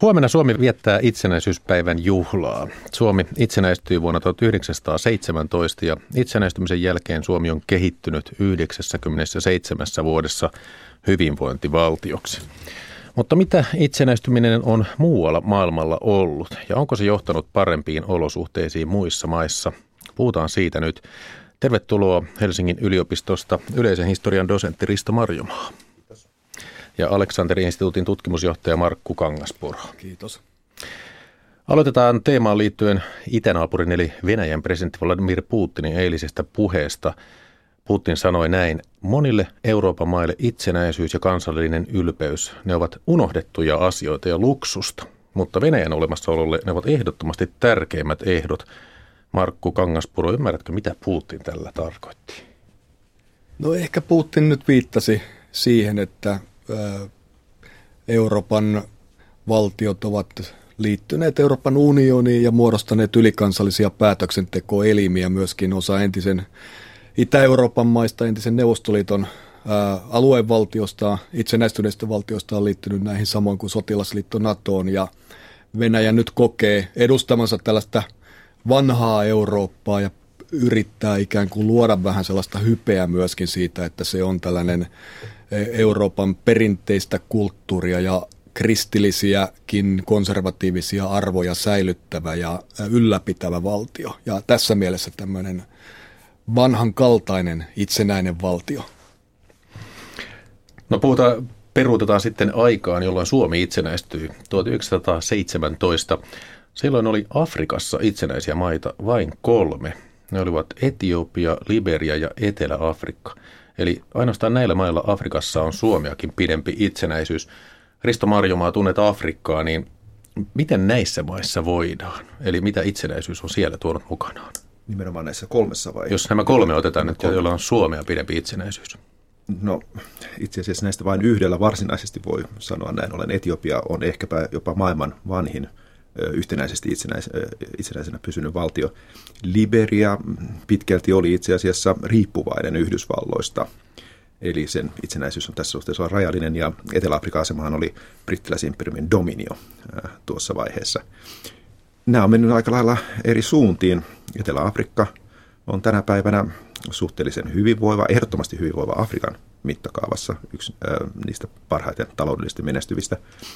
Huomenna Suomi viettää itsenäisyyspäivän juhlaa. Suomi itsenäistyi vuonna 1917 ja itsenäistymisen jälkeen Suomi on kehittynyt 97 vuodessa hyvinvointivaltioksi. Mutta mitä itsenäistyminen on muualla maailmalla ollut ja onko se johtanut parempiin olosuhteisiin muissa maissa? Puhutaan siitä nyt. Tervetuloa Helsingin yliopistosta yleisen historian dosentti Risto Marjomaa. Ja Aleksander-instituutin tutkimusjohtaja Markku Kangaspuro. Kiitos. Aloitetaan teemaan liittyen itänaapurin eli Venäjän presidentti Vladimir Putinin eilisestä puheesta. Putin sanoi näin: monille Euroopan maille itsenäisyys ja kansallinen ylpeys, ne ovat unohdettuja asioita ja luksusta, mutta Venäjän olemassaololle ne ovat ehdottomasti tärkeimmät ehdot. Markku Kangaspuro, ymmärrätkö mitä Putin tällä tarkoitti? No ehkä Putin nyt viittasi siihen, että Euroopan valtiot ovat liittyneet Euroopan unioniin ja muodostaneet ylikansallisia päätöksentekoelimiä, myöskin osa entisen Itä-Euroopan maista, entisen Neuvostoliiton aluevaltiosta, itsenäistyneistä valtioista on liittynyt näihin samoin kuin sotilasliitto NATOon, ja Venäjä nyt kokee edustamansa tällaista vanhaa Eurooppaa ja yrittää ikään kuin luoda vähän sellaista hypeä myöskin siitä, että se on tällainen Euroopan perinteistä kulttuuria ja kristillisiäkin konservatiivisia arvoja säilyttävä ja ylläpitävä valtio. Ja tässä mielessä tämmöinen vanhan kaltainen itsenäinen valtio. No peruutetaan sitten aikaan, jolloin Suomi itsenäistyi 1917. Silloin oli Afrikassa itsenäisiä maita vain 3. Ne olivat Etiopia, Liberia ja Etelä-Afrikka. Eli ainoastaan näillä mailla Afrikassa on Suomeakin pidempi itsenäisyys. Risto Marjomaa, tunnet Afrikkaa, niin miten näissä maissa voidaan? Eli mitä itsenäisyys on siellä tuonut mukanaan? Nimenomaan näissä 3 vai? Jos nämä 3 otetaan nyt, joilla on Suomea pidempi itsenäisyys. No itse asiassa näistä vain yhdellä varsinaisesti voi sanoa näin ollen. Etiopia on ehkäpä jopa maailman vanhin yhtenäisesti itsenäisenä pysynyt valtio. Liberia pitkälti oli itse asiassa riippuvainen Yhdysvalloista, eli sen itsenäisyys on tässä suhteessa rajallinen, ja Etelä-Afrikan asemahan oli brittiläisimperiumin dominio tuossa vaiheessa. Nämä on mennyt aika lailla eri suuntiin. Etelä-Afrikka on tänä päivänä suhteellisen hyvinvoiva, ehdottomasti hyvinvoiva Afrikan mittakaavassa, yksi niistä parhaiten taloudellisesti menestyvistä,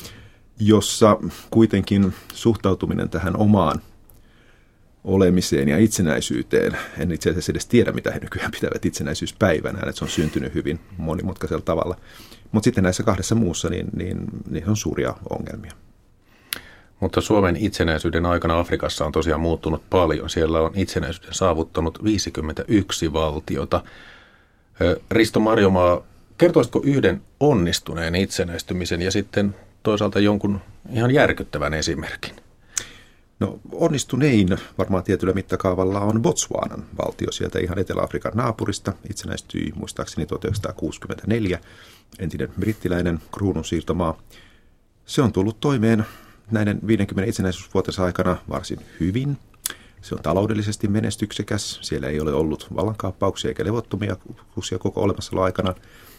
jossa kuitenkin suhtautuminen tähän omaan olemiseen ja itsenäisyyteen, en itse asiassa edes tiedä, mitä he nykyään pitävät itsenäisyyspäivänä, että se on syntynyt hyvin monimutkaisella tavalla. Mutta sitten näissä 2 muussa, niin on suuria ongelmia. Mutta Suomen itsenäisyyden aikana Afrikassa on tosiaan muuttunut paljon. Siellä on itsenäisyyden saavuttanut 51 valtiota. Risto Marjomaa, kertoisitko yhden onnistuneen itsenäistymisen ja sitten toisaalta jonkun ihan järkyttävän esimerkin? No onnistunein varmaan tietyllä mittakaavalla on Botswanan valtio sieltä ihan Etelä-Afrikan naapurista. Itsenäistyi muistaakseni 1964, entinen brittiläinen kruununsiirtomaa. Se on tullut toimeen näiden 50 itsenäisyysvuotensa aikana varsin hyvin. Se on taloudellisesti menestyksekäs. Siellä ei ole ollut vallankaappauksia eikä levottomia koko olemassaolon aikana.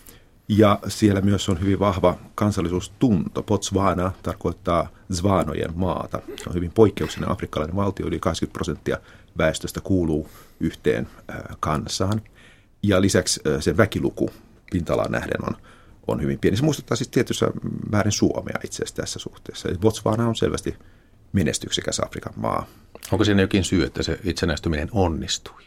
Ja siellä myös on hyvin vahva kansallisuustunto. Botswana tarkoittaa Zvanojen maata. Se on hyvin poikkeuksellinen afrikkalainen valtio. Yli 80% väestöstä kuuluu yhteen kansaan. Ja lisäksi sen väkiluku pinta-alaan nähden on hyvin pieni. Se muistuttaa siis tietyssä määrin Suomea itse asiassa tässä suhteessa. Eli Botswana on selvästi menestyksekäs Afrikan maa. Onko siinä jokin syy, että se itsenäistyminen onnistui?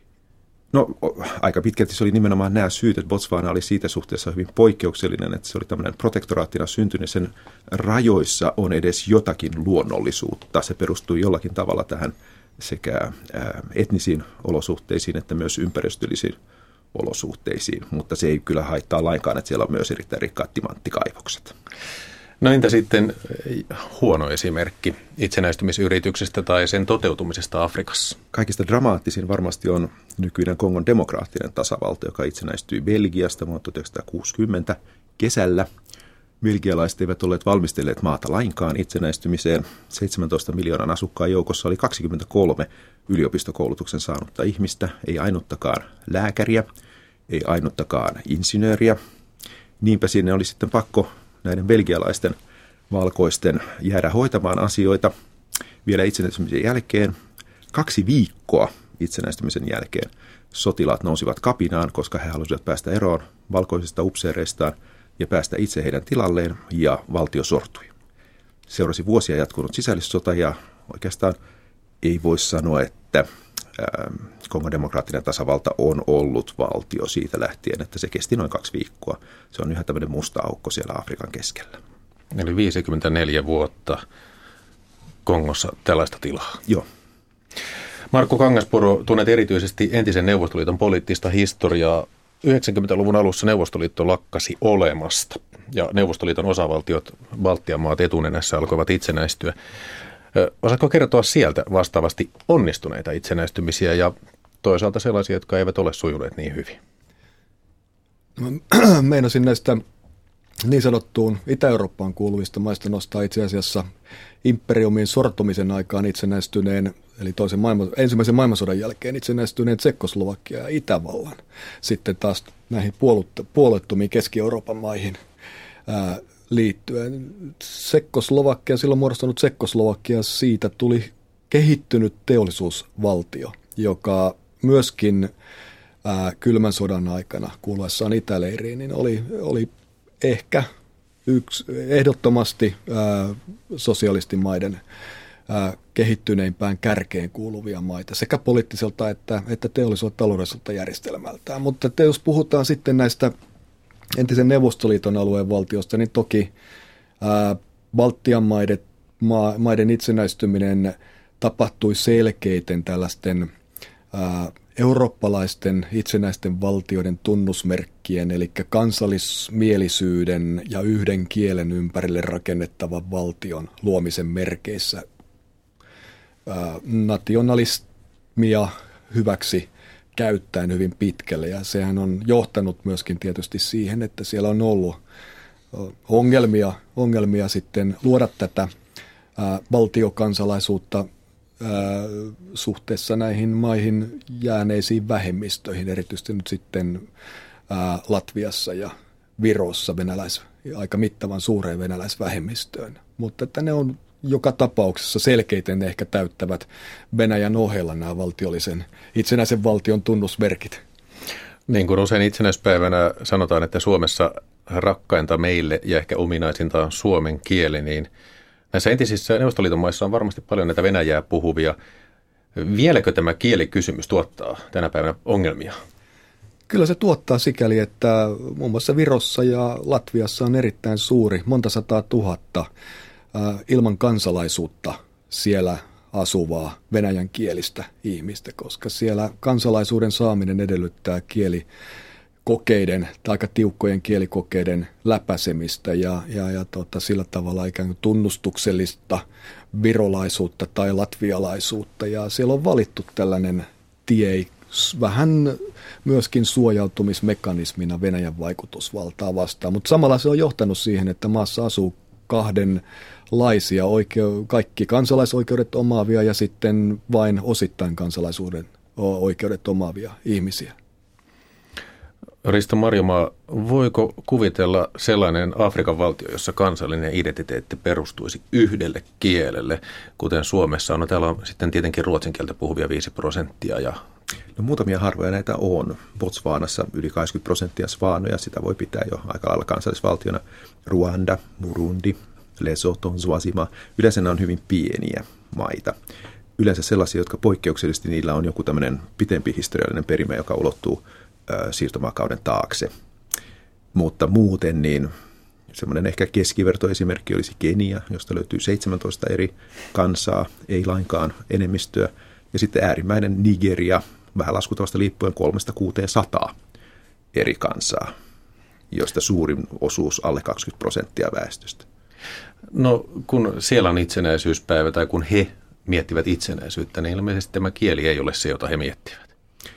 No aika pitkälti se oli nimenomaan nämä syyt, että Botswana oli siitä suhteessa hyvin poikkeuksellinen, että se oli tämmöinen protektoraattina syntynyt, sen rajoissa on edes jotakin luonnollisuutta. Se perustui jollakin tavalla tähän sekä etnisiin olosuhteisiin että myös ympäristöllisiin olosuhteisiin, mutta se ei kyllä haittaa lainkaan, että siellä on myös erittäin rikkaat timanttikaivokset. No entä sitten huono esimerkki itsenäistymisyrityksestä tai sen toteutumisesta Afrikassa? Kaikista dramaattisin varmasti on nykyinen Kongon demokraattinen tasavalta, joka itsenäistyi Belgiasta vuonna 1960 kesällä. Belgialaiset eivät olleet valmistelleet maata lainkaan itsenäistymiseen. 17 miljoonan asukkaan joukossa oli 23 yliopistokoulutuksen saanutta ihmistä, ei ainuttakaan lääkäriä, ei ainuttakaan insinööriä. Niinpä sinne oli sitten pakko näiden belgialaisten valkoisten jäädä hoitamaan asioita vielä itsenäistymisen jälkeen. 2 viikkoa itsenäistymisen jälkeen sotilaat nousivat kapinaan, koska he halusivat päästä eroon valkoisista upseereistaan ja päästä itse heidän tilalleen, ja valtio sortui. Seurasi vuosia jatkunut sisällissota, ja oikeastaan ei voi sanoa, että Kongon demokraattinen tasavalta on ollut valtio siitä lähtien, että se kesti noin 2 viikkoa. Se on yhä tämmöinen musta aukko siellä Afrikan keskellä. Eli 54 vuotta Kongossa tällaista tilaa. Joo. Markku Kangaspuro, tunnet erityisesti entisen Neuvostoliiton poliittista historiaa. 90-luvun alussa Neuvostoliitto lakkasi olemasta ja Neuvostoliiton osavaltiot, Baltian maat etunenässä, alkoivat itsenäistyä. Osaatko kertoa sieltä vastaavasti onnistuneita itsenäistymisiä ja toisaalta sellaisia, jotka eivät ole sujuneet niin hyvin? Meinasin näistä niin sanottuun Itä-Eurooppaan kuuluvista maista nostaa itse asiassa imperiumin sortumisen aikaan itsenäistyneen, eli ensimmäisen maailmansodan jälkeen itsenäistyneen Tsekkoslovakia ja Itävallan. Sitten taas näihin puolueettomiin Keski-Euroopan maihin liittyen. Silloin muodostunut Tsekkoslovakia, siitä tuli kehittynyt teollisuusvaltio, joka myöskin kylmän sodan aikana kuuluessaan itäleiriin, niin oli ehkä ehdottomasti sosialistimaiden kehittyneimpään kärkeen kuuluvia maita, sekä poliittiselta että teollisuudelta taloudelliselta järjestelmältään. Mutta jos puhutaan sitten näistä entisen Neuvostoliiton alueen valtiosta, niin toki Baltian maiden itsenäistyminen tapahtui selkeiten tällaisten eurooppalaisten itsenäisten valtioiden tunnusmerkkien, eli kansallismielisyyden ja yhden kielen ympärille rakennettavan valtion luomisen merkeissä. Nationalismia hyväksi käyttäen hyvin pitkälle, ja sehän on johtanut myöskin tietysti siihen, että siellä on ollut ongelmia sitten luoda tätä valtiokansalaisuutta suhteessa näihin maihin jääneisiin vähemmistöihin, erityisesti nyt sitten Latviassa ja Virossa aika mittavan suureen venäläisvähemmistöön. Mutta että ne on joka tapauksessa selkeiten ehkä täyttävät Venäjän ohella nämä valtiollisen itsenäisen valtion tunnusmerkit. Niin kuin usein itsenäispäivänä sanotaan, että Suomessa rakkainta meille ja ehkä ominaisinta on suomen kieli, niin näissä entisissä Neuvostoliiton maissa on varmasti paljon näitä venäjää puhuvia. Vieläkö tämä kielikysymys tuottaa tänä päivänä ongelmia? Kyllä se tuottaa sikäli, että muun muassa Virossa ja Latviassa on erittäin suuri, monta 100 000 ilman kansalaisuutta siellä asuvaa venäjänkielistä ihmistä, koska siellä kansalaisuuden saaminen edellyttää kielikokeiden tai aika tiukkojen kielikokeiden läpäisemistä ja sillä tavalla ikään kuin tunnustuksellista virolaisuutta tai latvialaisuutta, ja siellä on valittu tällainen tie vähän myöskin suojautumismekanismina Venäjän vaikutusvaltaa vastaan, mutta samalla se on johtanut siihen, että maassa asuu kahdenlaisia kaikki kansalaisoikeudet omaavia ja sitten vain osittain kansalaisuuden oikeudet omaavia ihmisiä. Risto Marjomaa, voiko kuvitella sellainen Afrikan valtio, jossa kansallinen identiteetti perustuisi yhdelle kielelle, kuten Suomessa on? No, täällä on sitten tietenkin ruotsin kieltä puhuvia 5%. No, muutamia harvoja näitä on. Botswanassa yli 80% svaanoja, sitä voi pitää jo aika lailla kansallisvaltiona. Ruanda, Burundi, Lesotho, Swazima, yleensä nämä on hyvin pieniä maita. Yleensä sellaisia, jotka poikkeuksellisesti niillä on joku tämmöinen pitempi historiallinen perimä, joka ulottuu siirtomaakauden taakse. Mutta muuten niin semmoinen ehkä keskivertoesimerkki olisi Kenia, josta löytyy 17 eri kansaa, ei lainkaan enemmistöä. Ja sitten äärimmäinen Nigeria, vähän laskutavasta liippuen 300–600 eri kansaa, josta suurin osuus alle 20% väestöstä. No, kun siellä on itsenäisyyspäivä tai kun he miettivät itsenäisyyttä, niin ilmeisesti tämä kieli ei ole se, jota he miettivät.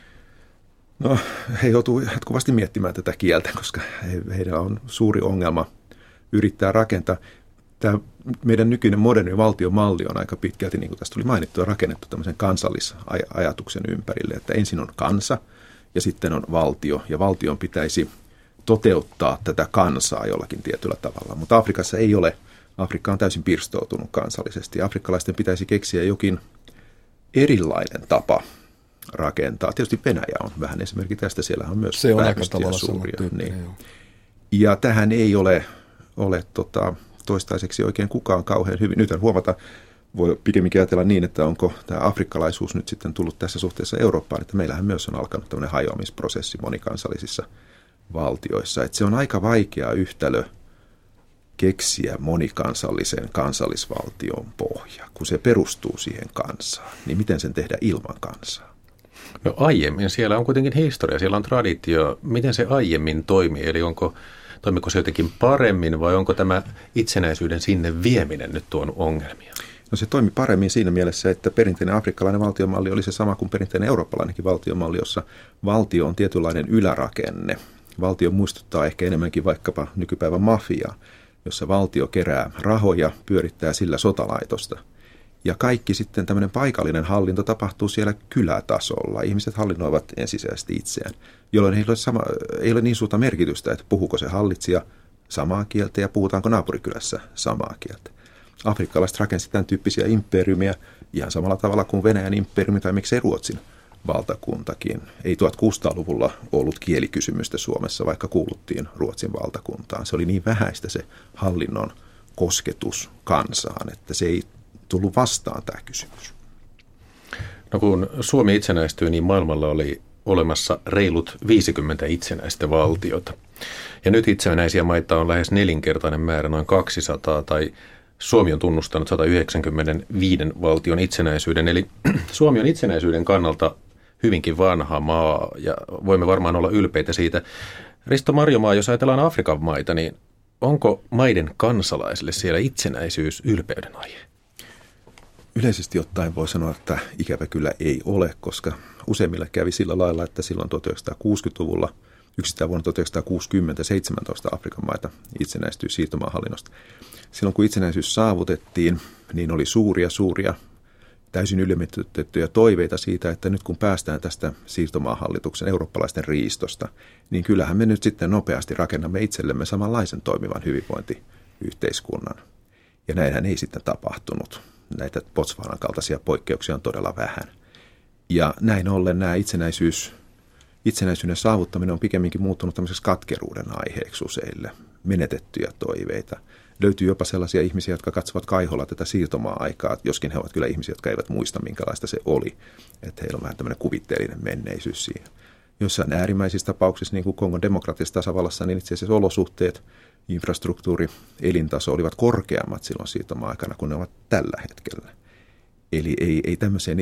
No, he joutuu jatkuvasti miettimään tätä kieltä, koska heillä on suuri ongelma yrittää rakentaa. Tämä meidän nykyinen moderni valtiomalli on aika pitkälti, niin kuin tästä tuli mainittua, rakennettu tämmöisen kansallisajatuksen ympärille, että ensin on kansa ja sitten on valtio, ja valtion pitäisi toteuttaa tätä kansaa jollakin tietyllä tavalla. Mutta Afrikassa ei ole Afrikka on täysin pirstoutunut kansallisesti. Afrikkalaisten pitäisi keksiä jokin erilainen tapa rakentaa. Tietysti Venäjä on vähän esimerkki tästä. Siellä on myös vähemmistöjä suuria. Niin. Ja tähän ei ole toistaiseksi oikein kukaan kauhean hyvin. Nyt huomata, voi pikemminkin ajatella niin, että onko tämä afrikkalaisuus nyt sitten tullut tässä suhteessa Eurooppaan, että meillähän myös on alkanut tämmöinen hajoamisprosessi monikansallisissa valtioissa. Että se on aika vaikea yhtälö keksiä monikansallisen kansallisvaltion pohja, kun se perustuu siihen kansaan. Niin miten sen tehdä ilman kansaa? No aiemmin siellä on kuitenkin historia, siellä on traditio. Miten se aiemmin toimii? Eli toimiko se jotenkin paremmin vai onko tämä itsenäisyyden sinne vieminen nyt tuonut ongelmia? No se toimi paremmin siinä mielessä, että perinteinen afrikkalainen valtiomalli oli se sama kuin perinteinen eurooppalainenkin valtiomalli, jossa valtio on tietynlainen ylärakenne. Valtio muistuttaa ehkä enemmänkin vaikkapa nykypäivän mafiaa, jossa valtio kerää rahoja, pyörittää sillä sotalaitosta. Ja kaikki sitten tämmöinen paikallinen hallinto tapahtuu siellä kylätasolla. Ihmiset hallinnoivat ensisijaisesti itseään, jolloin ei ole niin suurta merkitystä, että puhuuko se hallitsija samaa kieltä ja puhutaanko naapurikylässä samaa kieltä. Afrikkalaiset rakensivat tämän tyyppisiä imperiumia ihan samalla tavalla kuin Venäjän imperiumi tai miksei Ruotsin valtakuntakin. Ei 1600-luvulla ollut kielikysymystä Suomessa, vaikka kuuluttiin Ruotsin valtakuntaan. Se oli niin vähäistä se hallinnon kosketus kansaan, että se ei tullut vastaan tämä kysymys. No kun Suomi itsenäistyi, niin maailmalla oli olemassa reilut 50 itsenäistä valtiota. Ja nyt itsenäisiä maita on lähes nelinkertainen määrä, noin 200, tai Suomi on tunnustanut 195 valtion itsenäisyyden. Eli Suomi on itsenäisyyden kannalta hyvinkin vanha maa, ja voimme varmaan olla ylpeitä siitä. Risto Marjomaa, jos ajatellaan Afrikan maita, niin onko maiden kansalaisille siellä itsenäisyys ylpeyden aihe? Yleisesti ottaen voi sanoa, että ikävä kyllä ei ole, koska useimmilla kävi sillä lailla, että silloin 1960-luvulla, yksistään vuonna 1960, 17 Afrikan maita itsenäistyi siirtomaahallinnosta. Silloin kun itsenäisyys saavutettiin, niin oli suuria, täysin ylimitoitettuja toiveita siitä, että nyt kun päästään tästä siirtomaahallituksen eurooppalaisten riistosta, niin kyllähän me nyt sitten nopeasti rakennamme itsellemme samanlaisen toimivan hyvinvointiyhteiskunnan. Ja näinhän ei sitten tapahtunut. Näitä Botswanan kaltaisia poikkeuksia on todella vähän. Ja näin ollen nämä itsenäisyyden saavuttaminen on pikemminkin muuttunut tämmöiseksi katkeruuden aiheeksi useille. Menetettyjä toiveita. Löytyy jopa sellaisia ihmisiä, jotka katsovat kaiholla tätä siirtomaa-aikaa, joskin he ovat kyllä ihmisiä, jotka eivät muista, minkälaista se oli. Että heillä on vähän tämmöinen kuvitteellinen menneisyys siihen. Jossain äärimmäisissä tapauksissa, niin kuin Kongon demokraattisessa tasavallassa, niin itse asiassa olosuhteet, infrastruktuuri, elintaso olivat korkeammat silloin siirtomaa-aikana kuin ne ovat tällä hetkellä. Eli ei tämmöiseen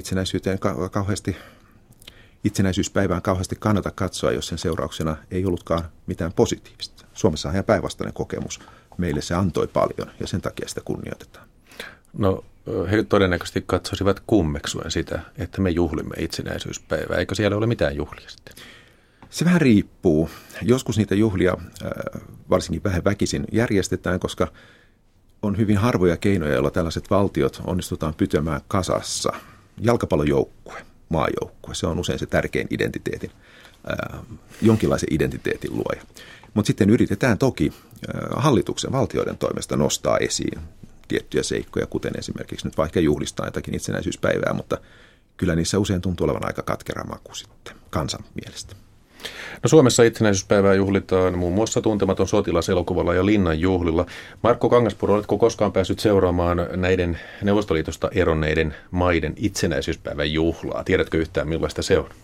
itsenäisyyspäivään kauheasti kannata katsoa, jos sen seurauksena ei ollutkaan mitään positiivista. Suomessa on ihan päinvastainen kokemus. Meille se antoi paljon ja sen takia sitä kunnioitetaan. No he todennäköisesti katsoisivat kummeksuen sitä, että me juhlimme itsenäisyyspäivää. Eikö siellä ole mitään juhlia sitten? Se vähän riippuu. Joskus niitä juhlia varsinkin vähän väkisin järjestetään, koska on hyvin harvoja keinoja, joilla tällaiset valtiot onnistutaan pitämään kasassa. Jalkapallojoukkue, maajoukkue, se on usein se tärkein identiteetin, jonkinlaisen identiteetin luoja. Mutta sitten yritetään toki hallituksen valtioiden toimesta nostaa esiin tiettyjä seikkoja, kuten esimerkiksi nyt vaikka juhlistaa jotakin itsenäisyyspäivää, mutta kyllä niissä usein tuntuu olevan aika katkera maku sitten kansan mielestä. No Suomessa itsenäisyyspäivää juhlitaan muun muassa Tuntematon sotilas -elokuvalla ja Linnan juhlilla. Markku Kangaspuro, oletko koskaan päässyt seuraamaan näiden Neuvostoliitosta eronneiden maiden itsenäisyyspäivän juhlaa? Tiedätkö yhtään, millaista se on?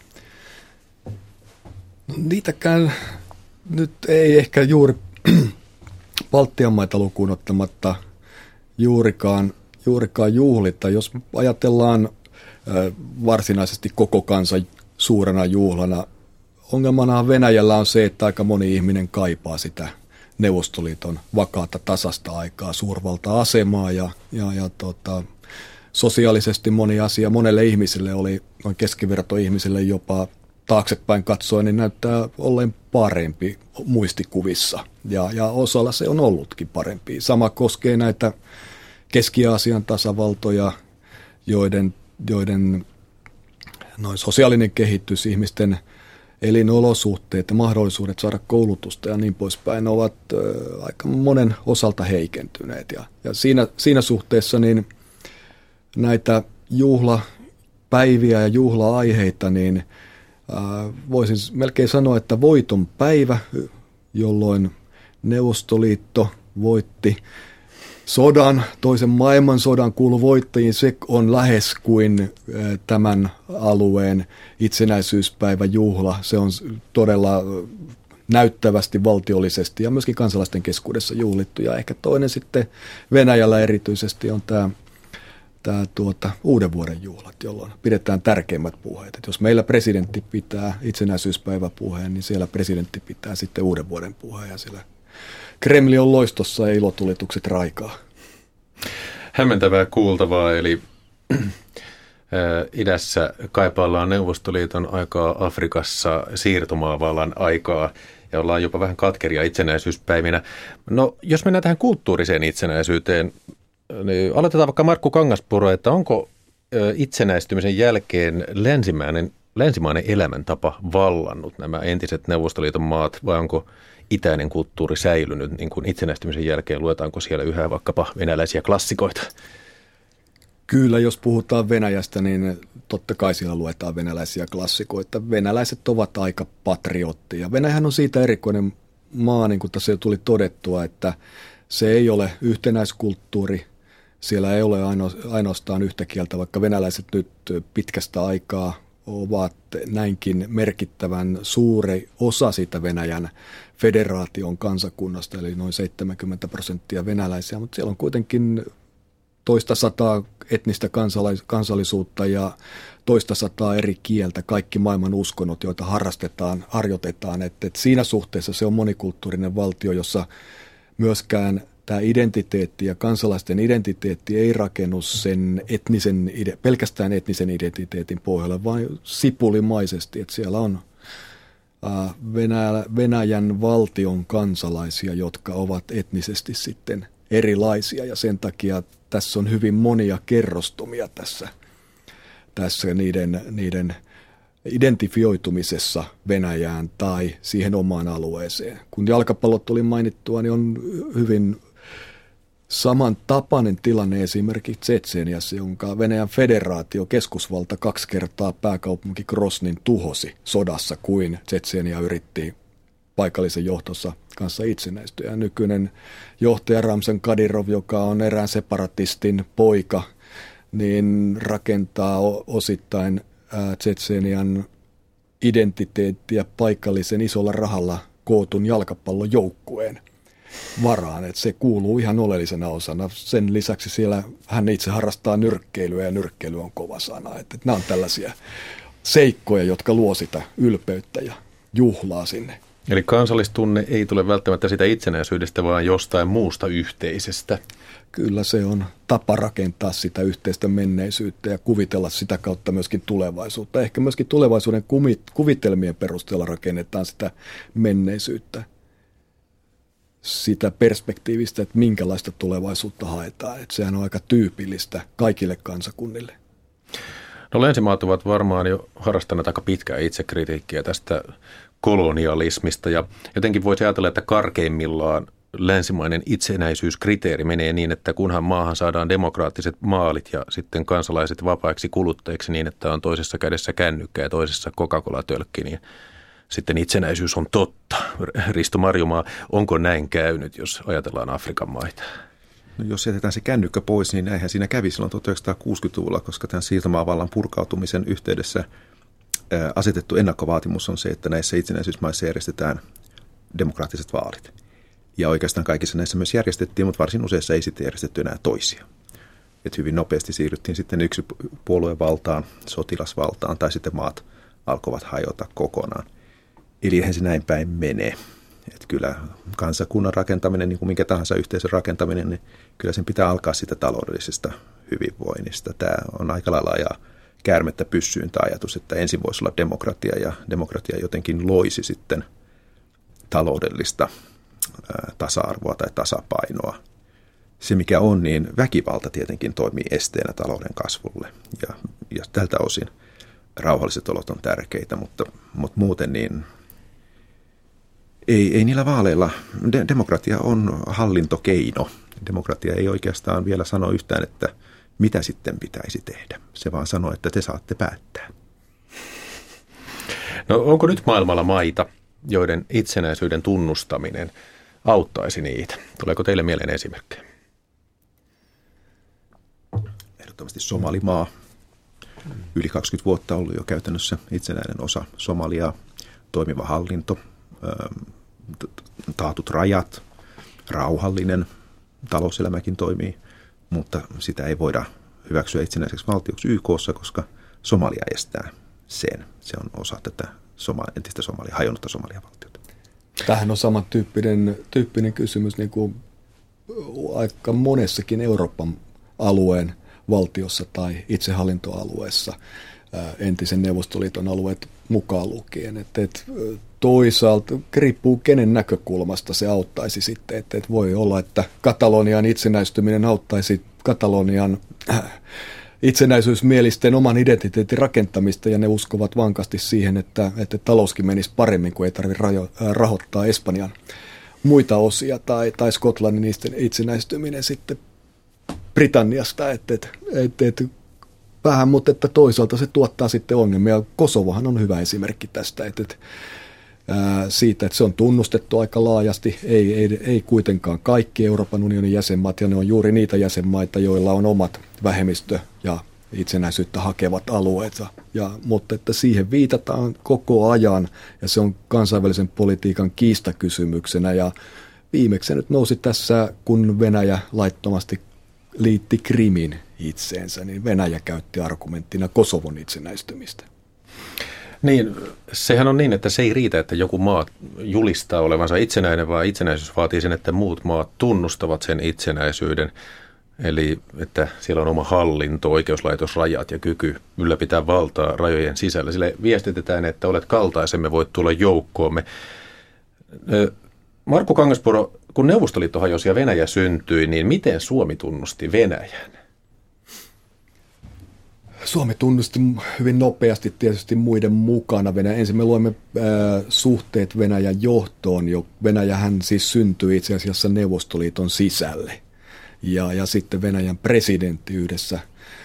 No, niitäkään nyt ei ehkä juuri Baltian maita lukuun ottamatta juurikaan juhlita. Jos ajatellaan varsinaisesti koko kansan suurena juhlana, ongelmana Venäjällä on se, että aika moni ihminen kaipaa sitä Neuvostoliiton vakaata tasasta aikaa, suurvalta-asemaa ja sosiaalisesti moni asia monelle ihmiselle oli, noin keskivertoihmiselle jopa taaksepäin katsoen, niin näyttää olleen parempi muistikuvissa ja osalla se on ollutkin parempi. Sama koskee näitä Keski-Aasian tasavaltoja, joiden noin sosiaalinen kehitys, ihmisten elinolosuhteet ja mahdollisuudet saada koulutusta ja niin poispäin ovat aika monen osalta heikentyneet. Ja siinä suhteessa niin näitä juhlapäiviä ja juhla-aiheita, niin voisin melkein sanoa, että voiton päivä, jolloin Neuvostoliitto voitti sodan, toisen maailmansodan kuului voittajiin, se on lähes kuin tämän alueen itsenäisyyspäivän juhla. Se on todella näyttävästi valtiollisesti ja myöskin kansalaisten keskuudessa juhlittu. Ja ehkä toinen sitten Venäjällä erityisesti on tämä uuden vuoden juhlat, jolloin pidetään tärkeimmät puheet. Et jos meillä presidentti pitää itsenäisyyspäiväpuheen, niin siellä presidentti pitää sitten uuden vuoden puheen ja siellä Kremli on loistossa ja ilotulitukset raikaa. Hämmentävää kuultavaa, eli idässä kaipaillaan Neuvostoliiton aikaa, Afrikassa siirtomaavallan aikaa ja ollaan jopa vähän katkeria itsenäisyyspäivinä. No, jos mennään tähän kulttuuriseen itsenäisyyteen, niin aloitetaan vaikka Markku Kangaspuro, että onko itsenäistymisen jälkeen länsimainen elämäntapa vallannut nämä entiset Neuvostoliiton maat vai onko itäinen kulttuuri säilynyt niin kuin itsenäistymisen jälkeen? Luetaanko siellä yhä vaikkapa venäläisiä klassikoita? Kyllä, jos puhutaan Venäjästä, niin totta kai siellä luetaan venäläisiä klassikoita. Venäläiset ovat aika patriotteja. Venäjähän on siitä erikoinen maa, niin kuin tässä jo tuli todettua, että se ei ole yhtenäiskulttuuri. Siellä ei ole ainoastaan yhtä kieltä, vaikka venäläiset nyt pitkästä aikaa ovat näinkin merkittävän suuri osa siitä Venäjän federaation kansakunnasta, eli noin 70% venäläisiä, mutta siellä on kuitenkin toista sataa etnistä kansallisuutta ja toista sataa eri kieltä, kaikki maailman uskonnot, joita harjoitetaan. Että siinä suhteessa se on monikulttuurinen valtio, jossa myöskään tämä identiteetti ja kansalaisten identiteetti ei rakennu sen pelkästään etnisen identiteetin pohjalle, vaan sipulimaisesti, että siellä on Venäjän valtion kansalaisia, jotka ovat etnisesti sitten erilaisia ja sen takia tässä on hyvin monia kerrostumia tässä niiden identifioitumisessa Venäjään tai siihen omaan alueeseen. Kun jalkapallo tuli mainittua, niin on hyvin samantapainen tilanne esimerkiksi Tšetšeniassa, jonka Venäjän federaatio keskusvalta 2 kertaa pääkaupunki Groznin tuhosi sodassa, kuin Tšetšenia yritti paikallisen johtonsa kanssa itsenäistyä. Ja nykyinen johtaja Ramzan Kadyrov, joka on erään separatistin poika, niin rakentaa osittain Tšetšenian identiteettiä paikallisen isolla rahalla kootun jalkapallojoukkueen varaan, että se kuuluu ihan oleellisena osana. Sen lisäksi siellä hän itse harrastaa nyrkkeilyä ja nyrkkeily on kova sana. Että nämä on tällaisia seikkoja, jotka luo sitä ylpeyttä ja juhlaa sinne. Eli kansallistunne ei tule välttämättä sitä itsenäisyydestä, vaan jostain muusta yhteisestä. Kyllä se on tapa rakentaa sitä yhteistä menneisyyttä ja kuvitella sitä kautta myöskin tulevaisuutta. Ehkä myöskin tulevaisuuden kuvitelmien perusteella rakennetaan sitä menneisyyttä, sitä perspektiivistä, että minkälaista tulevaisuutta haetaan. Että sehän on aika tyypillistä kaikille kansakunnille. No länsimaat ovat varmaan jo harrastaneet aika pitkää itsekritiikkiä tästä kolonialismista ja jotenkin voisi ajatella, että karkeimmillaan länsimainen itsenäisyyskriteeri menee niin, että kunhan maahan saadaan demokraattiset maalit ja sitten kansalaiset vapaiksi kuluttajiksi niin, että on toisessa kädessä kännykkä ja toisessa Coca-Cola-tölkki, niin sitten itsenäisyys on totta. Risto Marjomaa, onko näin käynyt, jos ajatellaan Afrikan maita? No jos jätetään se kännykkä pois, niin näinhän siinä kävi silloin 1960-luvulla, koska tämän siirtomaavallan purkautumisen yhteydessä asetettu ennakkovaatimus on se, että näissä itsenäisyysmaissa järjestetään demokraattiset vaalit. Ja oikeastaan kaikissa näissä myös järjestettiin, mutta varsin useissa ei sitten järjestetty enää toisia. Että hyvin nopeasti siirryttiin sitten yksipuoluevaltaan, sotilasvaltaan tai sitten maat alkoivat hajota kokonaan. Eli eihän se näin päin mene. Että kyllä kansakunnan rakentaminen, niin kuin minkä tahansa yhteisön rakentaminen, niin kyllä sen pitää alkaa sitä taloudellisesta hyvinvoinnista. Tämä on aika lailla ajaa käärmettä pyssyyn tämä ajatus, että ensin voisi olla demokratia ja demokratia jotenkin loisi sitten taloudellista tasa-arvoa tai tasapainoa. Se mikä on, niin väkivalta tietenkin toimii esteenä talouden kasvulle ja tältä osin rauhalliset olot on tärkeitä, mutta muuten niin ei niillä vaaleilla. Demokratia on hallintokeino. Demokratia ei oikeastaan vielä sano yhtään, että mitä sitten pitäisi tehdä. Se vaan sanoo, että te saatte päättää. No onko nyt maailmalla maita, joiden itsenäisyyden tunnustaminen auttaisi niitä? Tuleeko teille mieleen esimerkkejä? Ehdottomasti Somalimaa. Yli 20 vuotta ollut jo käytännössä itsenäinen osa Somaliaa. Toimiva hallinto, taatut rajat, rauhallinen, talouselämäkin toimii, mutta sitä ei voida hyväksyä itsenäiseksi valtioksi YK:ssa, koska Somalia estää sen. Se on osa tätä entistä hajonnutta Somalia-valtiota. Tähän on samantyyppinen kysymys niin kuin aika monessakin Euroopan alueen valtiossa tai itsehallintoalueessa, entisen Neuvostoliiton alueet mukaan lukien. Et toisaalta riippuu kenen näkökulmasta se auttaisi sitten. Et voi olla, että Katalonian itsenäistyminen auttaisi Katalonian itsenäisyysmielisten oman identiteetin rakentamista, ja ne uskovat vankasti siihen, että talouskin menisi paremmin, kun ei tarvitse rahoittaa Espanjan muita osia tai Skotlannin itsenäistyminen sitten Britanniasta. Vähän, mutta että toisaalta se tuottaa sitten ongelmia. Kosovohan on hyvä esimerkki tästä, siitä, että se on tunnustettu aika laajasti, ei kuitenkaan kaikki Euroopan unionin jäsenmaat, ja ne on juuri niitä jäsenmaita, joilla on omat vähemmistö- ja itsenäisyyttä hakevat alueet. Mutta että siihen viitataan koko ajan, ja se on kansainvälisen politiikan kiistakysymyksenä, ja viimeksi se nyt nousi tässä, kun Venäjä laittomasti liitti Krimin itseensä, niin Venäjä käytti argumenttina Kosovon itsenäistymistä. Niin, sehän on niin, että se ei riitä, että joku maa julistaa olevansa itsenäinen, vaan itsenäisyys vaatii sen, että muut maat tunnustavat sen itsenäisyyden. Eli että siellä on oma hallinto, oikeuslaitos, rajat ja kyky ylläpitää valtaa rajojen sisällä. Sille viestitetään, että olet kaltaisemme, voit tulla joukkoomme. Markku Kangaspuro, kun Neuvostoliitto hajosi ja Venäjä syntyi, niin miten Suomi tunnusti Venäjän? Suomi tunnusti hyvin nopeasti tietysti muiden mukana Venäjä. Ensin me luemme suhteet Venäjän johtoon. Venäjähän siis syntyi itse asiassa Neuvostoliiton sisälle. Ja sitten Venäjän presidentti yhdessä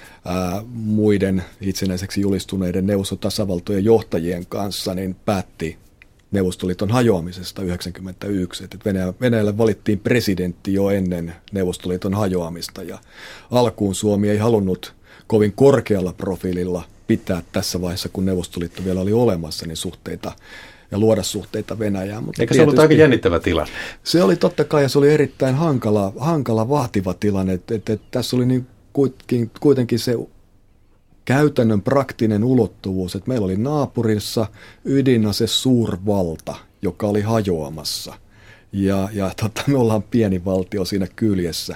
muiden itsenäiseksi julistuneiden neuvostotasavaltojen johtajien kanssa niin päätti Neuvostoliiton hajoamisesta 1991. Venäjälle valittiin presidentti jo ennen Neuvostoliiton hajoamista, ja alkuun Suomi ei halunnut kovin korkealla profiililla pitää tässä vaiheessa, kun Neuvostoliitto vielä oli olemassa, niin suhteita ja luoda suhteita Venäjään. Mutta eikö se ollut aika jännittävä tilanne? Se oli totta kai, ja se oli erittäin hankala vaativa tilanne. Että tässä oli niin kuitenkin se käytännön praktinen ulottuvuus, että meillä oli naapurissa ydinase suurvalta, joka oli hajoamassa. Ja me ollaan pieni valtio siinä kyljessä.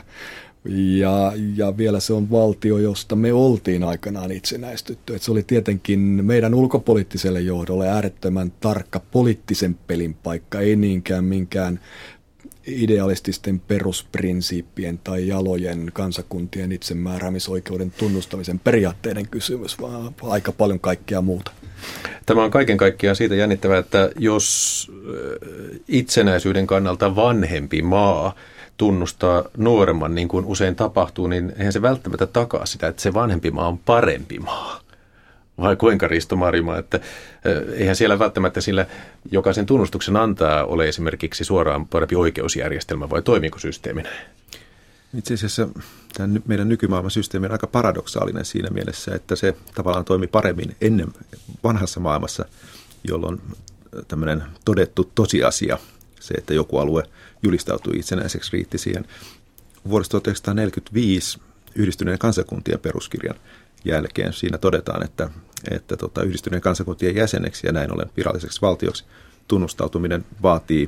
Ja vielä se on valtio, josta me oltiin aikanaan itsenäistytty. Et se oli tietenkin meidän ulkopoliittiselle johdolle äärettömän tarkka poliittisen pelin paikka, ei niinkään minkään idealististen perusprinsiippien tai jalojen kansakuntien itsemääräämisoikeuden tunnustamisen periaatteiden kysymys, vaan aika paljon kaikkea muuta. Tämä on kaiken kaikkiaan siitä jännittävää, että jos itsenäisyyden kannalta vanhempi maa tunnustaa nuoremman, niin kuin usein tapahtuu, niin eihän se välttämättä takaa sitä, että se vanhempi maa on parempi maa. Vai kuinka, Risto Marima, että eihän siellä välttämättä sillä, joka sen tunnustuksen antaa, ole esimerkiksi suoraan parempi oikeusjärjestelmä, vai toimiiko systeemi näin? Itse asiassa tämä meidän nykymaailman systeemi on aika paradoksaalinen siinä mielessä, että se tavallaan toimi paremmin ennen vanhassa maailmassa, jolloin tämmöinen todettu tosiasia, se, että joku alue julistautui itsenäiseksi, riitti siihen. Vuodesta 1945 Yhdistyneen kansakuntien peruskirjan jälkeen siinä todetaan, että Yhdistyneen kansakuntien jäseneksi ja näin ollen viralliseksi valtioksi tunnustautuminen vaatii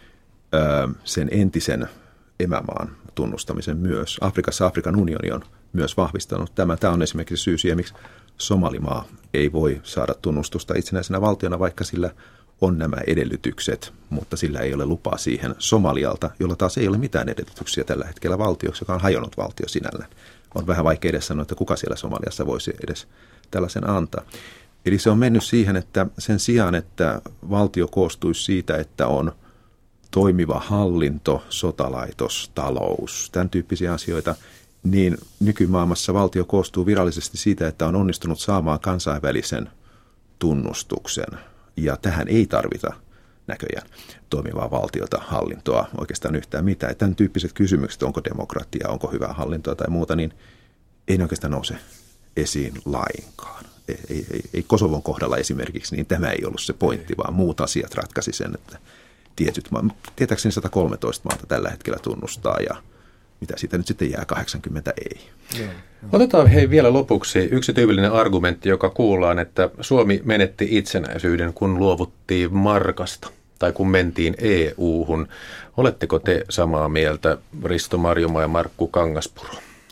sen entisen emämaan tunnustamisen myös. Afrikassa Afrikan unioni on myös vahvistanut tämä. Tämä on esimerkiksi syy siihen, miksi Somalimaa ei voi saada tunnustusta itsenäisenä valtiona, vaikka sillä on nämä edellytykset, mutta sillä ei ole lupaa siihen Somalialta, jolla taas ei ole mitään edellytyksiä tällä hetkellä valtioksi, joka on hajonnut valtio sinällään. On vähän vaikea edes sanoa, että kuka siellä Somaliassa voisi edes tällaisen antaa. Eli se on mennyt siihen, että sen sijaan, että valtio koostuisi siitä, että on toimiva hallinto, sotalaitos, talous, tämän tyyppisiä asioita, niin nykymaailmassa valtio koostuu virallisesti siitä, että on onnistunut saamaan kansainvälisen tunnustuksen. Ja tähän ei tarvita näköjään toimivaa valtiota, hallintoa, oikeastaan yhtään mitään. Tämän tyyppiset kysymykset, onko demokratia, onko hyvää hallintoa tai muuta, niin ei ne oikeastaan nouse esiin lainkaan. Ei Kosovon kohdalla esimerkiksi, niin tämä ei ollut se pointti, vaan muut asiat ratkaisi sen, että tietyt maat, tietääkseni 113 maata tällä hetkellä tunnustaa ja mitä siitä nyt sitten jää, 80 ei. Otetaan vielä lopuksi yksi tyypillinen argumentti, joka kuullaan, että Suomi menetti itsenäisyyden, kun luovuttiin markasta tai kun mentiin EU-hun. Oletteko te samaa mieltä, Risto Marjomaa ja Markku Kangaspuro?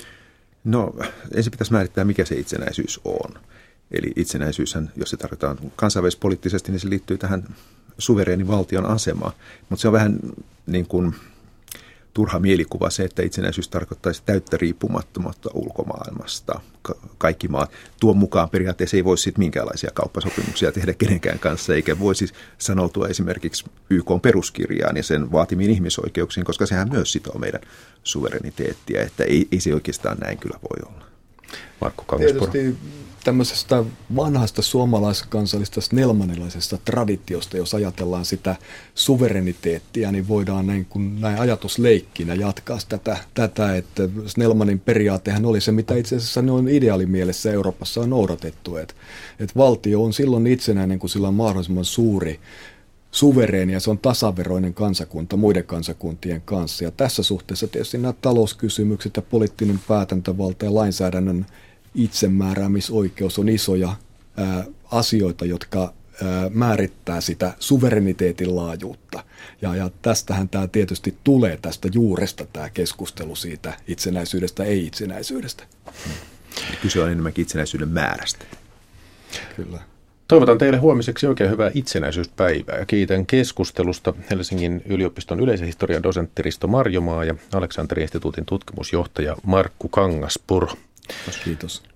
No, ensin pitäisi määrittää, mikä se itsenäisyys on. Eli itsenäisyyshän, jos se tarkoittaa kansainvälispoliittisesti, niin se liittyy tähän suvereenin valtion asemaan. Mutta se on vähän niin kuin turha mielikuva se, että itsenäisyys tarkoittaisi täyttä riippumattomuutta ulkomaailmasta. Kaikki maat. Tuon mukaan periaatteessa ei voisi minkäänlaisia kauppasopimuksia tehdä kenenkään kanssa, eikä voisi sanoutua esimerkiksi YK:n peruskirjaan ja sen vaatimiin ihmisoikeuksiin, koska sehän myös sitoo meidän suvereniteettiä, että ei se oikeastaan näin kyllä voi olla. Markku Kangaspuro. Tietysti tämmöisestä vanhasta suomalaiskansallisesta snellmanilaisesta traditiosta, jos ajatellaan sitä suvereniteettia, niin voidaan näin ajatusleikkinä jatkaa tätä, että Snellmanin periaatehan oli se, mitä itse asiassa noin ideaalimielessä Euroopassa on noudatettu, että valtio on silloin itsenäinen, kun sillä on mahdollisimman suuri suvereeni ja se on tasaveroinen kansakunta muiden kansakuntien kanssa. Ja tässä suhteessa tietysti nämä talouskysymykset ja poliittinen päätäntävalta ja lainsäädännön itsemääräämisoikeus on isoja asioita, jotka määrittää sitä suvereniteetin laajuutta. Ja tästähän tämä tietysti tulee tästä juuresta tämä keskustelu siitä itsenäisyydestä, ei-itsenäisyydestä. Kyse on enemmänkin itsenäisyyden määrästä. Kyllä. Toivotan teille huomiseksi oikein hyvää itsenäisyyspäivää ja kiitän keskustelusta Helsingin yliopiston yleisen historian dosentti Risto Marjomaa ja Aleksanteri-instituutin tutkimusjohtaja Markku Kangaspuro. Kiitos.